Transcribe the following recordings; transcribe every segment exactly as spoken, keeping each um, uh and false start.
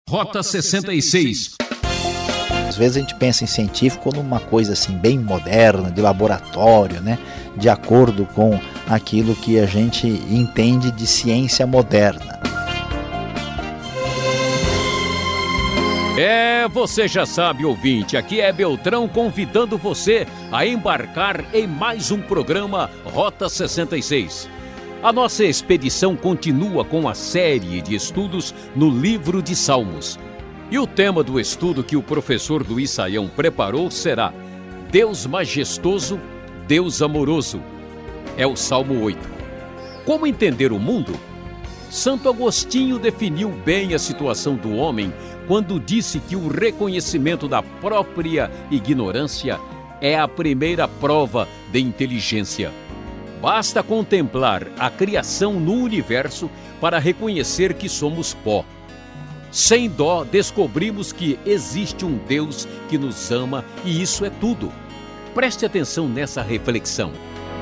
Rota sessenta e seis. Às vezes a gente pensa em científico numa coisa assim bem moderna, de laboratório, né? De acordo com aquilo que a gente entende de ciência moderna. É, você já sabe, ouvinte, aqui é Beltrão convidando você a embarcar em mais um programa Rota sessenta e seis. A nossa expedição continua com a série de estudos no livro de Salmos. E o tema do estudo que o professor Luiz Saião preparou será Deus majestoso, Deus amoroso. É o Salmo oito. Como entender o mundo? Santo Agostinho definiu bem a situação do homem quando disse que o reconhecimento da própria ignorância é a primeira prova de inteligência. Basta contemplar a criação no universo para reconhecer que somos pó. Sem dó, descobrimos que existe um Deus que nos ama e isso é tudo. Preste atenção nessa reflexão.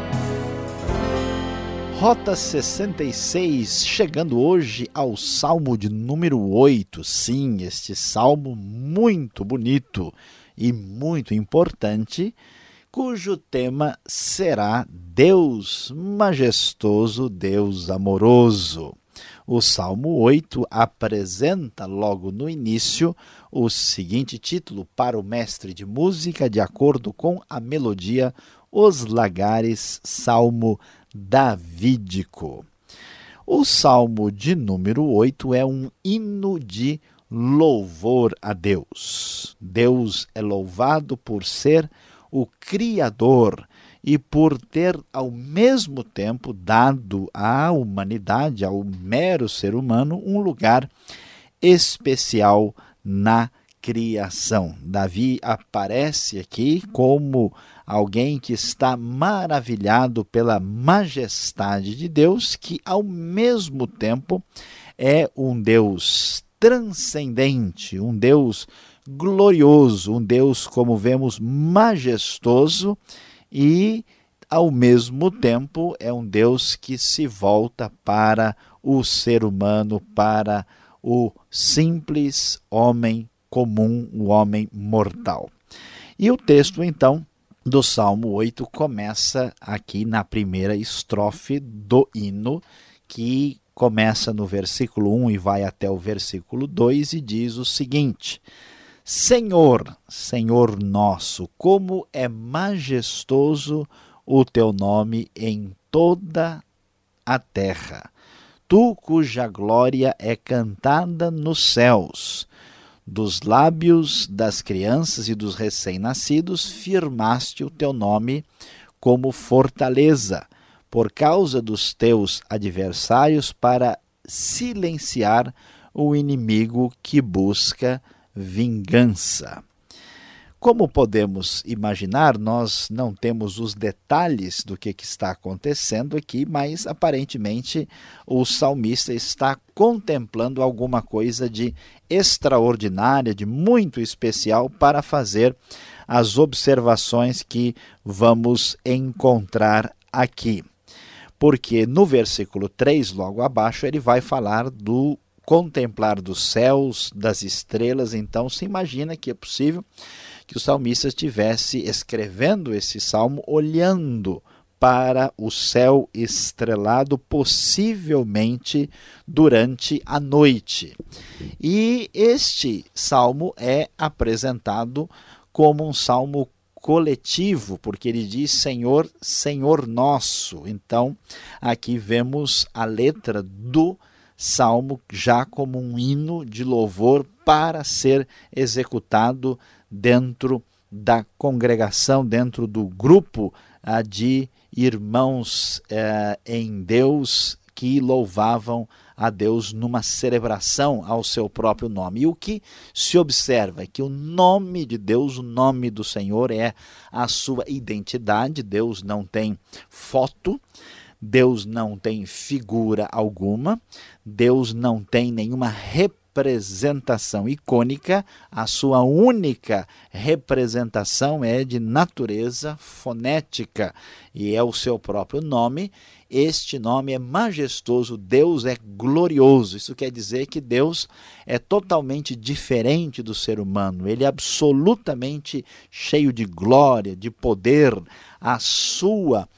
Rota sessenta e seis, chegando hoje ao Salmo de número oito. Sim, este salmo muito bonito e muito importante, cujo tema será Deus majestoso, Deus amoroso. O Salmo oito apresenta logo no início o seguinte título para o mestre de música, de acordo com a melodia Os Lagares, Salmo davídico. O Salmo de número oito é um hino de louvor a Deus. Deus é louvado por ser o Criador e por ter, ao mesmo tempo, dado à humanidade, ao mero ser humano, um lugar especial na criação. Davi aparece aqui como alguém que está maravilhado pela majestade de Deus, que, ao mesmo tempo, é um Deus transcendente, um Deus glorioso, um Deus, como vemos, majestoso, e, ao mesmo tempo, é um Deus que se volta para o ser humano, para o simples homem comum, o homem mortal. E o texto, então, do Salmo oito começa aqui na primeira estrofe do hino, que começa no versículo um e vai até o versículo dois e diz o seguinte: Senhor, Senhor nosso, como é majestoso o teu nome em toda a terra, tu cuja glória é cantada nos céus. Dos lábios das crianças e dos recém-nascidos firmaste o teu nome como fortaleza, por causa dos teus adversários, para silenciar o inimigo que busca vingança. Como podemos imaginar, nós não temos os detalhes do que, que está acontecendo aqui, mas aparentemente o salmista está contemplando alguma coisa de extraordinária, de muito especial, para fazer as observações que vamos encontrar aqui. Porque no versículo três, logo abaixo, ele vai falar do contemplar dos céus, das estrelas. Então se imagina que é possível que o salmista estivesse escrevendo esse salmo olhando para o céu estrelado, possivelmente durante a noite. E este salmo é apresentado como um salmo coletivo, porque ele diz Senhor, Senhor nosso. Então, aqui vemos a letra do salmo já como um hino de louvor para ser executado dentro da congregação, dentro do grupo ah, de irmãos eh, em Deus que louvavam a Deus numa celebração ao seu próprio nome. E o que se observa é que o nome de Deus, o nome do Senhor, é a sua identidade. Deus não tem foto, Deus não tem figura alguma, Deus não tem nenhuma representação icônica, a sua única representação é de natureza fonética e é o seu próprio nome, este nome é majestoso, Deus é glorioso. Isso quer dizer que Deus é totalmente diferente do ser humano, ele é absolutamente cheio de glória, de poder. A sua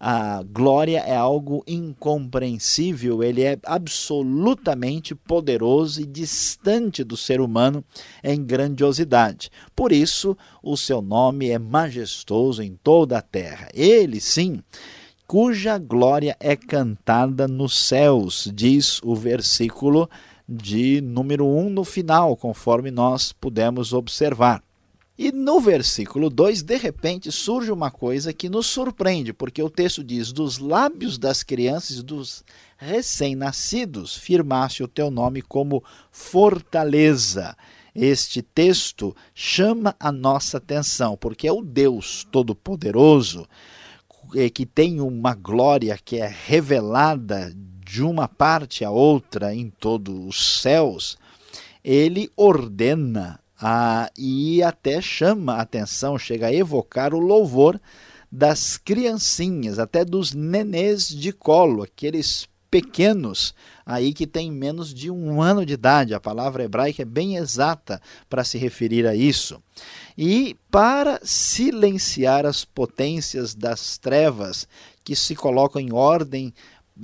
A glória é algo incompreensível, ele é absolutamente poderoso e distante do ser humano em grandiosidade. Por isso, o seu nome é majestoso em toda a terra. Ele, sim, cuja glória é cantada nos céus, diz o versículo de número um no final, conforme nós pudemos observar. E no versículo dois, de repente, surge uma coisa que nos surpreende, porque o texto diz, dos lábios das crianças e dos recém-nascidos, firmaste o teu nome como fortaleza. Este texto chama a nossa atenção, porque é o Deus Todo-Poderoso, que tem uma glória que é revelada de uma parte a outra em todos os céus. Ele ordena Ah, e até chama a atenção, chega a evocar o louvor das criancinhas, até dos nenês de colo, aqueles pequenos aí que têm menos de um ano de idade. A palavra hebraica é bem exata para se referir a isso. E para silenciar as potências das trevas que se colocam em ordem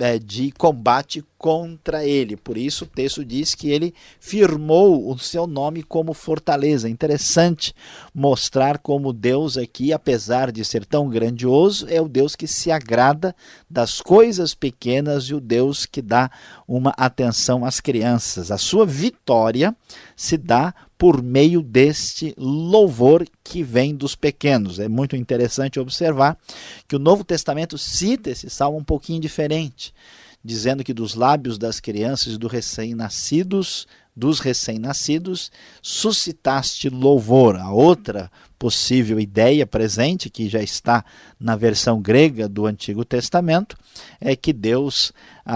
de combate contra ele. Por isso o texto diz que ele firmou o seu nome como fortaleza. Interessante mostrar como Deus aqui, apesar de ser tão grandioso, é o Deus que se agrada das coisas pequenas e o Deus que dá uma atenção às crianças. A sua vitória se dá por meio deste louvor que vem dos pequenos. É muito interessante observar que o Novo Testamento cita esse salmo um pouquinho diferente, dizendo que dos lábios das crianças e dos recém-nascidos, dos recém-nascidos, suscitaste louvor. A outra possível ideia presente, que já está na versão grega do Antigo Testamento, é que Deus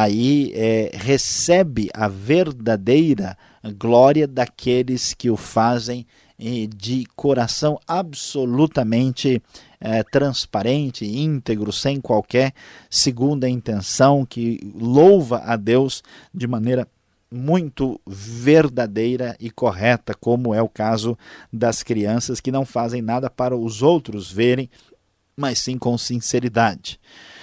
aí é, recebe a verdadeira glória daqueles que o fazem de coração absolutamente é, transparente, íntegro, sem qualquer segunda intenção, que louva a Deus de maneira muito verdadeira e correta, como é o caso das crianças que não fazem nada para os outros verem, mas sim com sinceridade.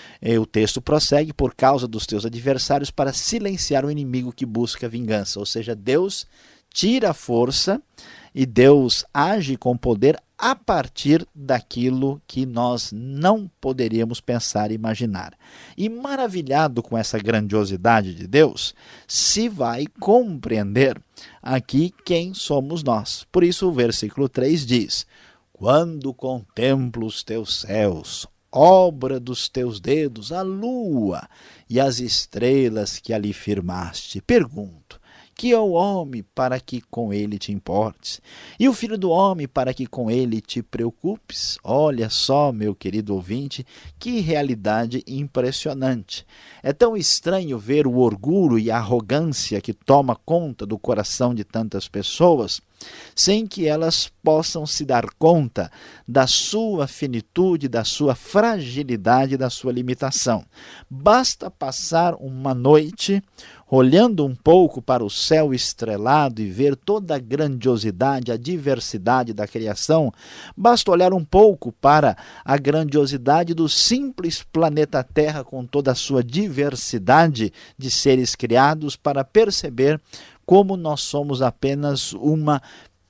O texto prossegue, por causa dos teus adversários, para silenciar o inimigo que busca vingança. Ou seja, Deus tira a força e Deus age com poder a partir daquilo que nós não poderíamos pensar e imaginar. E maravilhado com essa grandiosidade de Deus, se vai compreender aqui quem somos nós. Por isso o versículo três diz, quando contemplo os teus céus, obra dos teus dedos, a lua e as estrelas que ali firmaste. Pergunto, que é o homem para que com ele te importes? E o filho do homem para que com ele te preocupes? Olha só, meu querido ouvinte, que realidade impressionante. É tão estranho ver o orgulho e a arrogância que toma conta do coração de tantas pessoas, sem que elas possam se dar conta da sua finitude, da sua fragilidade, da sua limitação. Basta passar uma noite olhando um pouco para o céu estrelado e ver toda a grandiosidade, a diversidade da criação. Basta olhar um pouco para a grandiosidade do simples planeta Terra com toda a sua diversidade de seres criados para perceber como nós somos apenas uma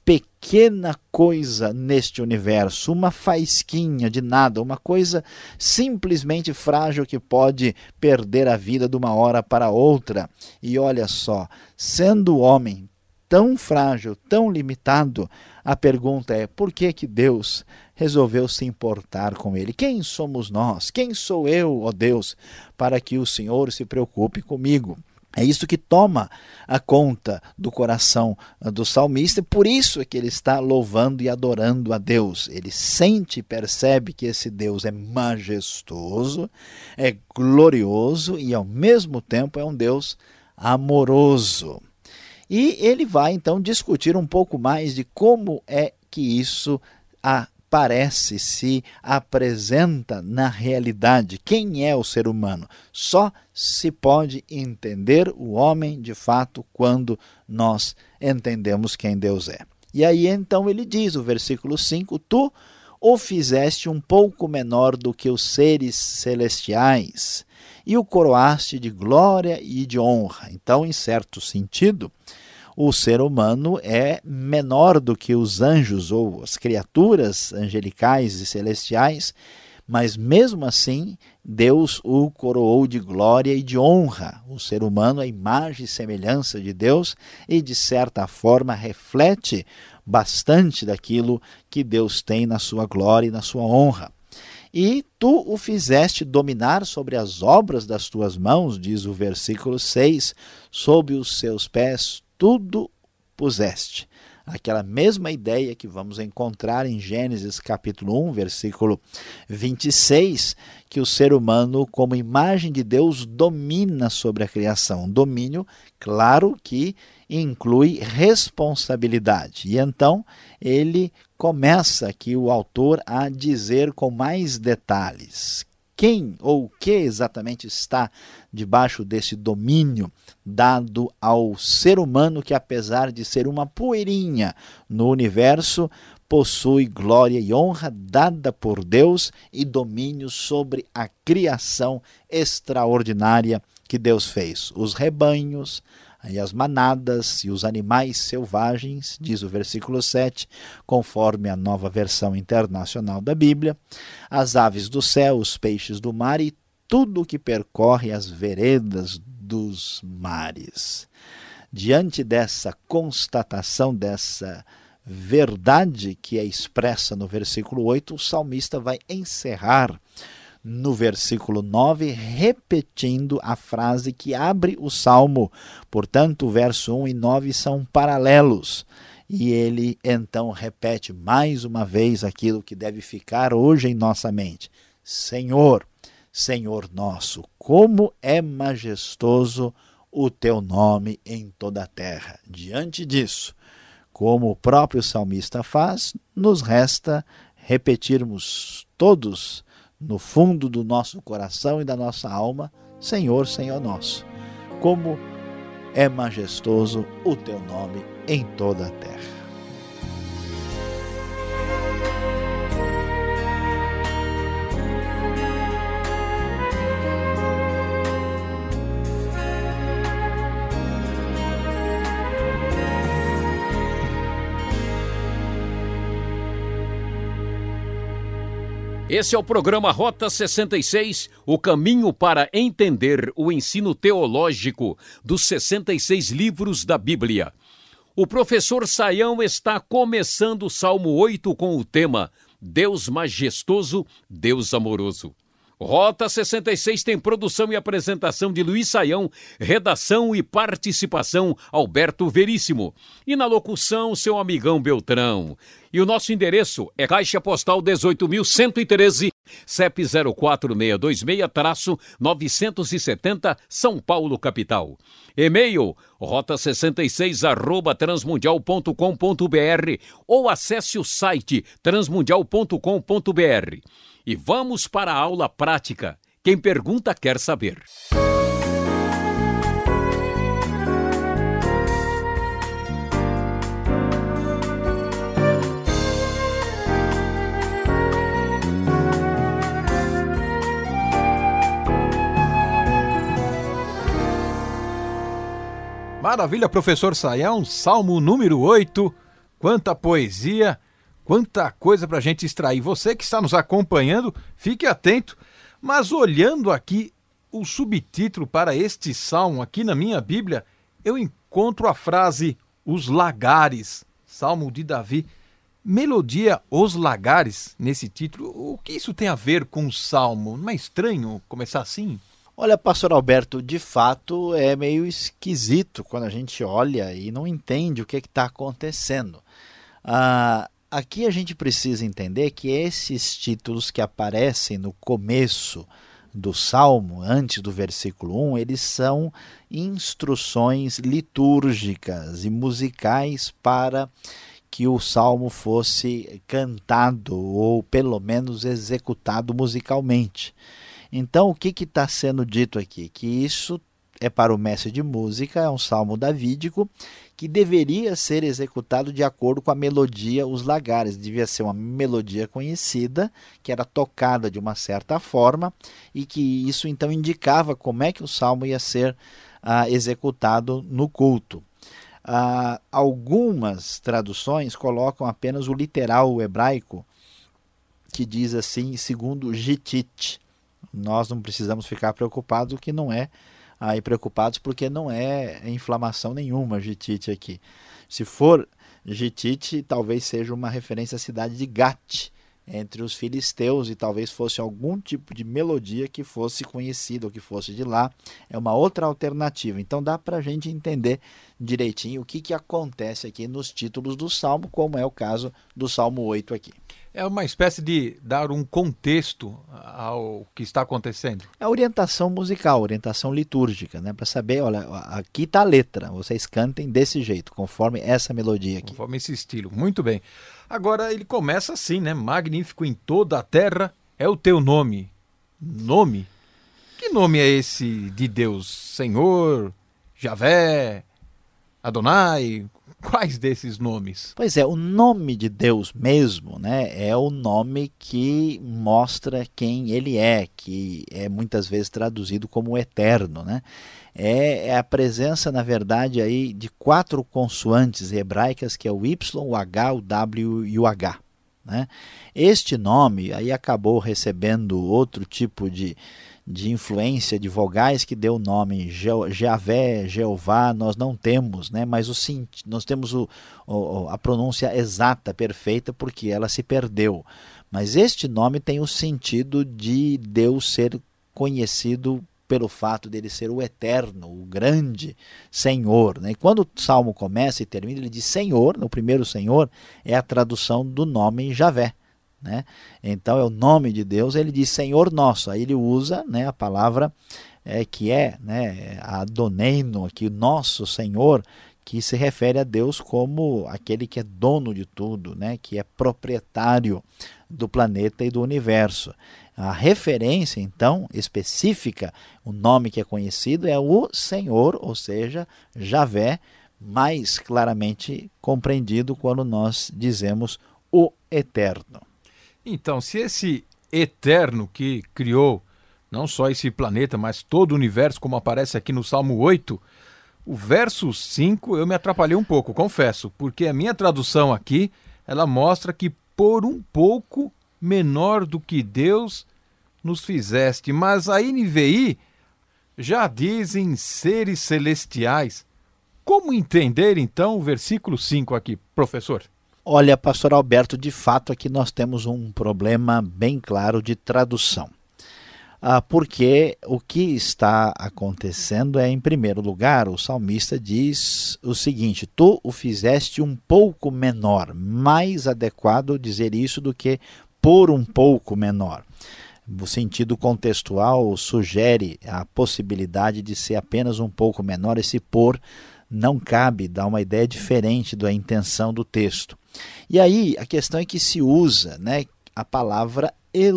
pequena coisa neste universo, uma faísquinha de nada, uma coisa simplesmente frágil que pode perder a vida de uma hora para outra. E olha só, sendo o homem tão frágil, tão limitado, a pergunta é, por que que Deus resolveu se importar com ele? Quem somos nós? Quem sou eu, ó Deus, para que o Senhor se preocupe comigo? É isso que toma a conta do coração do salmista, e por isso é que ele está louvando e adorando a Deus. Ele sente e percebe que esse Deus é majestoso, é glorioso e ao mesmo tempo é um Deus amoroso. E ele vai então discutir um pouco mais de como é que isso parece, se apresenta na realidade. Quem é o ser humano? Só se pode entender o homem de fato quando nós entendemos quem Deus é. E aí então ele diz, o versículo cinco, tu o fizeste um pouco menor do que os seres celestiais e o coroaste de glória e de honra. Então, em certo sentido, o ser humano é menor do que os anjos ou as criaturas angelicais e celestiais, mas mesmo assim Deus o coroou de glória e de honra. O ser humano é a imagem e semelhança de Deus e, de certa forma, reflete bastante daquilo que Deus tem na sua glória e na sua honra. E tu o fizeste dominar sobre as obras das tuas mãos, diz o versículo seis, sob os seus pés tudo puseste. Aquela mesma ideia que vamos encontrar em Gênesis capítulo um, versículo vinte e seis, que o ser humano, como imagem de Deus, domina sobre a criação. Domínio, claro que inclui responsabilidade. E então ele começa aqui, o autor, a dizer com mais detalhes quem ou o que exatamente está debaixo desse domínio dado ao ser humano que, apesar de ser uma poeirinha no universo, possui glória e honra dada por Deus e domínio sobre a criação extraordinária que Deus fez. Os rebanhos, e as manadas e os animais selvagens, diz o versículo sete, conforme a Nova Versão Internacional da Bíblia, as aves do céu, os peixes do mar e tudo o que percorre as veredas dos mares. Diante dessa constatação, dessa verdade que é expressa no versículo oito, o salmista vai encerrar no versículo nove, repetindo a frase que abre o Salmo. Portanto, o verso um e nove são paralelos. E ele então repete mais uma vez aquilo que deve ficar hoje em nossa mente. Senhor, Senhor nosso, como é majestoso o teu nome em toda a terra. Diante disso, como o próprio salmista faz, nos resta repetirmos todos no fundo do nosso coração e da nossa alma, Senhor, Senhor nosso, como é majestoso o teu nome em toda a terra. Esse é o programa Rota sessenta e seis, o caminho para entender o ensino teológico dos sessenta e seis livros da Bíblia. O professor Saião está começando o Salmo oito com o tema Deus majestoso, Deus amoroso. Rota sessenta e seis tem produção e apresentação de Luiz Saião, redação e participação Alberto Veríssimo. E na locução, seu amigão Beltrão. E o nosso endereço é Caixa Postal dezoito mil cento e treze, C E P zero quatro seis dois seis, novecentos e setenta, São Paulo, capital. E-mail rota sessenta e seis arroba transmundial ponto com ponto br ou acesse o site transmundial ponto com ponto br. E vamos para a aula prática. Quem pergunta quer saber. Maravilha, professor Saião, Salmo número oito. Quanta poesia, quanta coisa para a gente extrair. Você que está nos acompanhando, fique atento. Mas olhando aqui o subtítulo para este salmo, aqui na minha Bíblia, eu encontro a frase Os Lagares, Salmo de Davi. Melodia Os Lagares, nesse título. O que isso tem a ver com o salmo? Não é estranho começar assim? Olha, pastor Alberto, de fato é meio esquisito quando a gente olha e não entende o que está acontecendo. Ah, aqui a gente precisa entender que esses títulos que aparecem no começo do Salmo, antes do versículo um, eles são instruções litúrgicas e musicais para que o salmo fosse cantado ou pelo menos executado musicalmente. Então, o que está sendo dito aqui? Que isso é para o mestre de música, é um salmo davídico, que deveria ser executado de acordo com a melodia Os Lagares. Devia ser uma melodia conhecida, que era tocada de uma certa forma, e que isso então indicava como é que o salmo ia ser ah, executado no culto. Ah, algumas traduções colocam apenas o literal hebraico, que diz assim, segundo Gittite. Nós não precisamos ficar preocupados, que não é aí preocupados porque não é inflamação nenhuma Gittite aqui. Se for Gittite, talvez seja uma referência à cidade de Gate, entre os filisteus, e talvez fosse algum tipo de melodia que fosse conhecida ou que fosse de lá. É uma outra alternativa. Então dá para a gente entender direitinho o que, que acontece aqui nos títulos do Salmo, como é o caso do Salmo oito aqui. É uma espécie de dar um contexto ao que está acontecendo. É orientação musical, orientação litúrgica, né? Para saber, olha, aqui está a letra, vocês cantem desse jeito, conforme essa melodia aqui. Conforme esse estilo, muito bem. Agora ele começa assim, né? Magnífico em toda a terra é o teu nome. Nome? Que nome é esse de Deus? Senhor, Javé, Adonai? Quais desses nomes? Pois é, o nome de Deus mesmo, né, é o nome que mostra quem ele é, que é muitas vezes traduzido como eterno, né? É, é a presença, na verdade, aí de quatro consoantes hebraicas, que é o Y, o H, o W e o H. Né? Este nome aí acabou recebendo outro tipo de, de influência de vogais que deu o nome Javé, Jeová, nós não temos, né? Mas o, nós temos o, o, a pronúncia exata, perfeita, porque ela se perdeu. Mas este nome tem o sentido de Deus ser conhecido pelo fato dele ser o eterno, o grande Senhor. Né? E quando o Salmo começa e termina, ele diz Senhor, o primeiro Senhor é a tradução do nome Javé. Né? Então é o nome de Deus, ele diz Senhor nosso, aí ele usa, né, a palavra é, que é, né, Adoneino, aqui, nosso Senhor, que se refere a Deus como aquele que é dono de tudo, né, que é proprietário do planeta e do universo. A referência, então, específica, o nome que é conhecido é o Senhor, ou seja, Javé, mais claramente compreendido quando nós dizemos o Eterno. Então, se esse Eterno que criou não só esse planeta, mas todo o universo, como aparece aqui no Salmo oito, o verso cinco eu me atrapalhei um pouco, confesso, porque a minha tradução aqui, ela mostra que por um pouco menor do que Deus nos fizeste, mas a N V I já dizem seres celestiais. Como entender então o versículo cinco aqui, professor? Olha, pastor Alberto, de fato aqui nós temos um problema bem claro de tradução. Ah, porque o que está acontecendo é, em primeiro lugar, o salmista diz o seguinte: tu o fizeste um pouco menor, mais adequado dizer isso do que por um pouco menor. O sentido contextual sugere a possibilidade de ser apenas um pouco menor, esse por não cabe, dá uma ideia diferente da intenção do texto. E aí a questão é que se usa, né, a palavra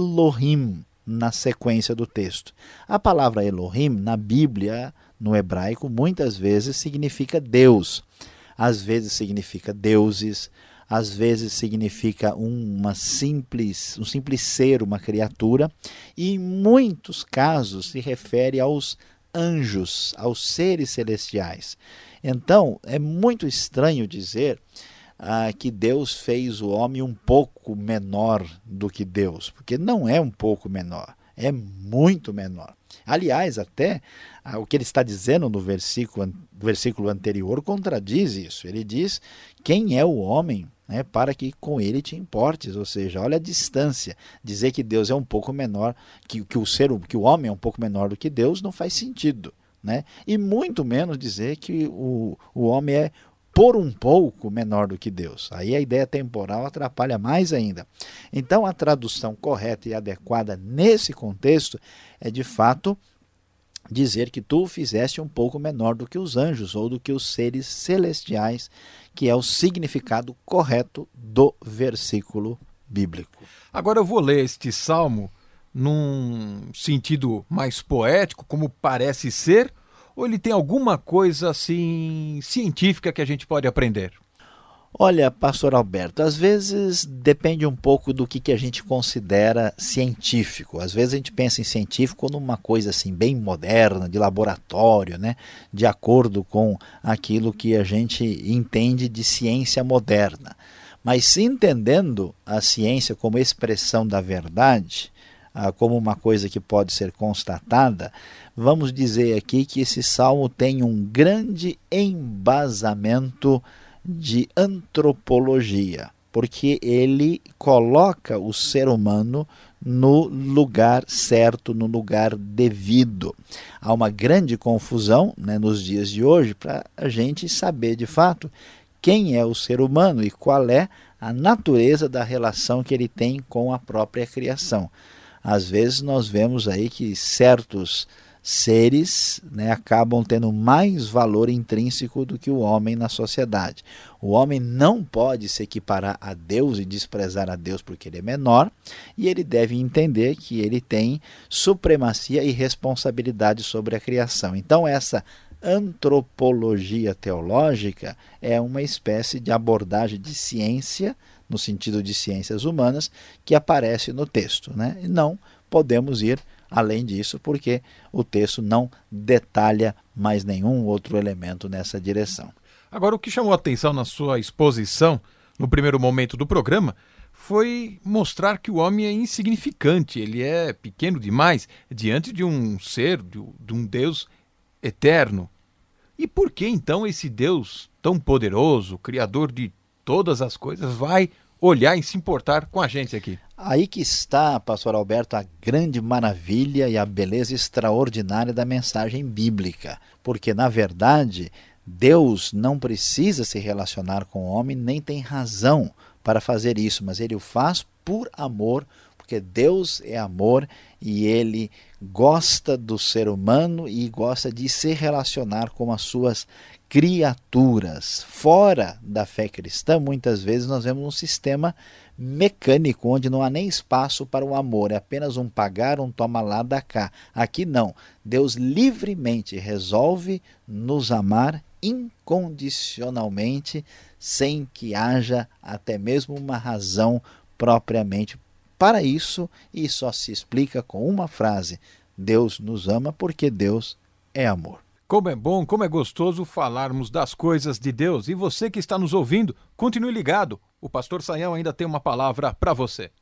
Elohim na sequência do texto. A palavra Elohim na Bíblia, no hebraico, muitas vezes significa Deus, às vezes significa deuses, às vezes significa uma simples, um simples ser, uma criatura, e em muitos casos se refere aos anjos, aos seres celestiais. Então, é muito estranho dizer ah, que Deus fez o homem um pouco menor do que Deus, porque não é um pouco menor, é muito menor. Aliás, até ah, o que ele está dizendo no versículo, versículo anterior contradiz isso. Ele diz, quem é o homem, né, para que com ele te importes? Ou seja, olha a distância. Dizer que Deus é um pouco menor, que, que, o, ser, que o homem é um pouco menor do que Deus não faz sentido. Né? E muito menos dizer que o, o homem é por um pouco menor do que Deus. Aí a ideia temporal atrapalha mais ainda. Então a tradução correta e adequada nesse contexto é de fato dizer que tu o fizeste um pouco menor do que os anjos ou do que os seres celestiais, que é o significado correto do versículo bíblico. Agora eu vou ler este salmo num sentido mais poético, como parece ser, ou ele tem alguma coisa assim científica que a gente pode aprender? Olha, pastor Alberto, às vezes depende um pouco do que, que a gente considera científico. Às vezes a gente pensa em científico numa coisa assim bem moderna, de laboratório, né? De acordo com aquilo que a gente entende de ciência moderna. Mas se entendendo a ciência como expressão da verdade, ah, como uma coisa que pode ser constatada, vamos dizer aqui que esse salmo tem um grande embasamento de antropologia, porque ele coloca o ser humano no lugar certo, no lugar devido. Há uma grande confusão, né, nos dias de hoje para a gente saber de fato quem é o ser humano e qual é a natureza da relação que ele tem com a própria criação. Às vezes nós vemos aí que certos seres, né, acabam tendo mais valor intrínseco do que o homem na sociedade. O homem não pode se equiparar a Deus e desprezar a Deus porque ele é menor, e ele deve entender que ele tem supremacia e responsabilidade sobre a criação. Então essa antropologia teológica é uma espécie de abordagem de ciência, no sentido de ciências humanas, que aparece no texto, né? E não podemos ir além disso, porque o texto não detalha mais nenhum outro elemento nessa direção. Agora, o que chamou a atenção na sua exposição, no primeiro momento do programa, foi mostrar que o homem é insignificante, ele é pequeno demais diante de um ser, de um Deus eterno. E por que então esse Deus tão poderoso, criador de todas as coisas, vai olhar e se importar com a gente aqui? Aí que está, pastor Alberto, a grande maravilha e a beleza extraordinária da mensagem bíblica. Porque, na verdade, Deus não precisa se relacionar com o homem, nem tem razão para fazer isso, mas ele o faz por amor, porque Deus é amor e ele gosta do ser humano e gosta de se relacionar com as suas criaturas. Fora da fé cristã, muitas vezes nós vemos um sistema mecânico, onde não há nem espaço para o amor, é apenas um pagar, um toma lá, dá cá. Aqui não, Deus livremente resolve nos amar incondicionalmente, sem que haja até mesmo uma razão propriamente para isso, e só se explica com uma frase: Deus nos ama porque Deus é amor. Como é bom, como é gostoso falarmos das coisas de Deus. E você que está nos ouvindo, continue ligado. O pastor Sayão ainda tem uma palavra para você.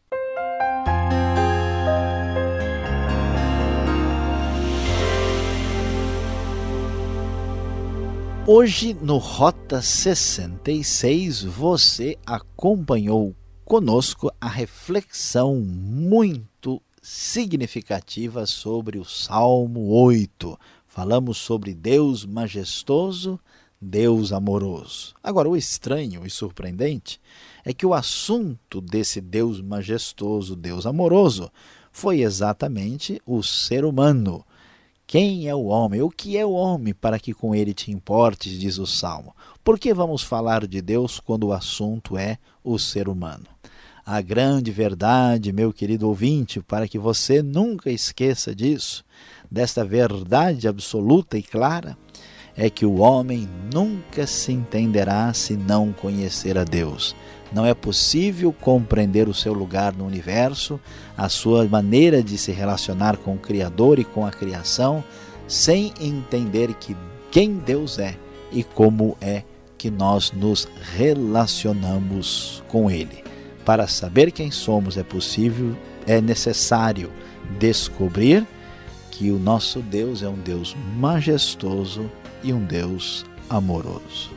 Hoje no Rota sessenta e seis você acompanhou conosco a reflexão muito significativa sobre o Salmo oito. Falamos sobre Deus majestoso, Deus amoroso. Agora, o estranho e surpreendente é que o assunto desse Deus majestoso, Deus amoroso, foi exatamente o ser humano. Quem é o homem? O que é o homem para que com ele te importes, diz o Salmo. Por que vamos falar de Deus quando o assunto é o ser humano? A grande verdade, meu querido ouvinte, para que você nunca esqueça disso, desta verdade absoluta e clara, é que o homem nunca se entenderá se não conhecer a Deus. Não é possível compreender o seu lugar no universo, a sua maneira de se relacionar com o Criador e com a criação, sem entender que quem Deus é e como é que nós nos relacionamos com Ele. Para saber quem somos é possível, é necessário descobrir que o nosso Deus é um Deus majestoso e um Deus amoroso.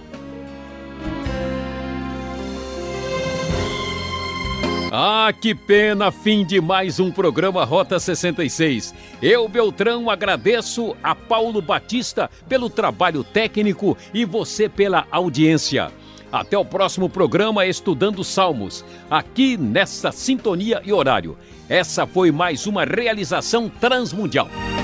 Ah, que pena, fim de mais um programa Rota sessenta e seis. Eu, Beltrão, agradeço a Paulo Batista pelo trabalho técnico e você pela audiência. Até o próximo programa Estudando Salmos, aqui nessa sintonia e horário. Essa foi mais uma realização transmundial.